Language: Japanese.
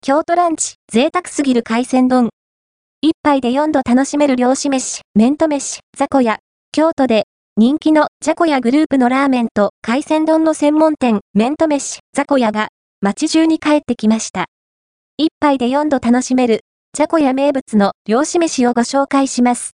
京都ランチ、贅沢すぎる海鮮丼。一杯で4度楽しめる漁師飯、麺と飯、雑魚屋。京都で人気の雑魚屋グループのラーメンと海鮮丼の専門店、麺と飯、雑魚屋が街中に帰ってきました。一杯で4度楽しめる雑魚屋名物の漁師飯をご紹介します。